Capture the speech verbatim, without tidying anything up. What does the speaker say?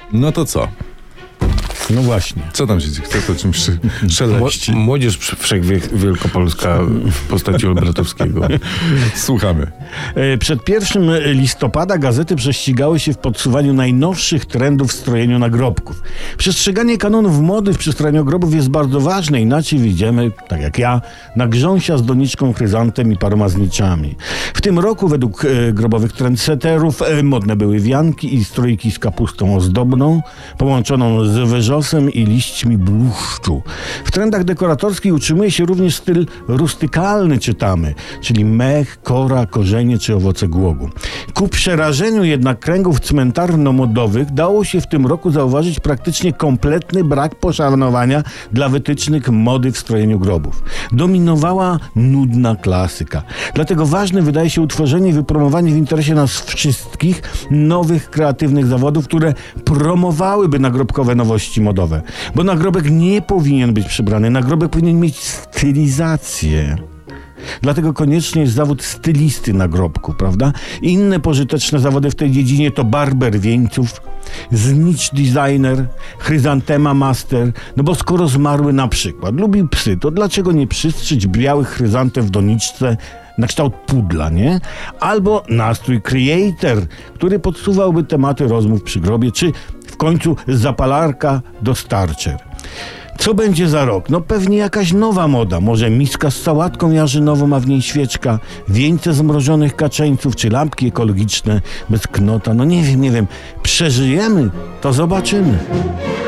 No to co? No właśnie. Co tam się dzieje? Kto to czymś szeleści? Młodzież wszechwielkopolska w postaci Olbratowskiego. Słuchamy. Przed pierwszym listopada gazety prześcigały się w podsuwaniu najnowszych trendów w strojeniu nagrobków. Przestrzeganie kanonów mody w przystrojeniu grobów jest bardzo ważne, inaczej wyjdziemy, tak jak ja, na grząsia z doniczką, chryzantem i paroma zniczami. W tym roku według e, grobowych trendsetterów e, modne były wianki i strójki z kapustą ozdobną, połączoną z wyżosem i liśćmi bluszczu. W trendach dekoratorskich utrzymuje się również styl rustykalny, czytamy, czyli mech, kora, korzenie czy owoce głogu. Ku przerażeniu jednak kręgów cmentarno-modowych dało się w tym roku zauważyć praktycznie kompletny brak poszanowania dla wytycznych mody w strojeniu grobów. Dominowała nudna klasyka. Dlatego ważne wydaje się utworzenie i wypromowanie w interesie nas wszystkich nowych, kreatywnych zawodów, które promowałyby nagrobkowe nowości modowe. Bo nagrobek nie powinien być przybrany. Nagrobek powinien mieć stylizację. Dlatego konieczny jest zawód stylisty nagrobku, prawda? Inne pożyteczne zawody w tej dziedzinie to barber wieńców, znicz designer, chryzantema master, no bo skoro zmarły na przykład lubi psy, to dlaczego nie przystrzyć białych chryzantem w doniczce na kształt pudla, nie? Albo nastrój creator, który podsuwałby tematy rozmów przy grobie, czy w końcu zapalarka do starcher. Co będzie za rok? No pewnie jakaś nowa moda. Może miska z sałatką jarzynową, a w niej świeczka, wieńce z mrożonych kaczeńców, czy lampki ekologiczne bez knota. No nie wiem, nie wiem. Przeżyjemy, to zobaczymy.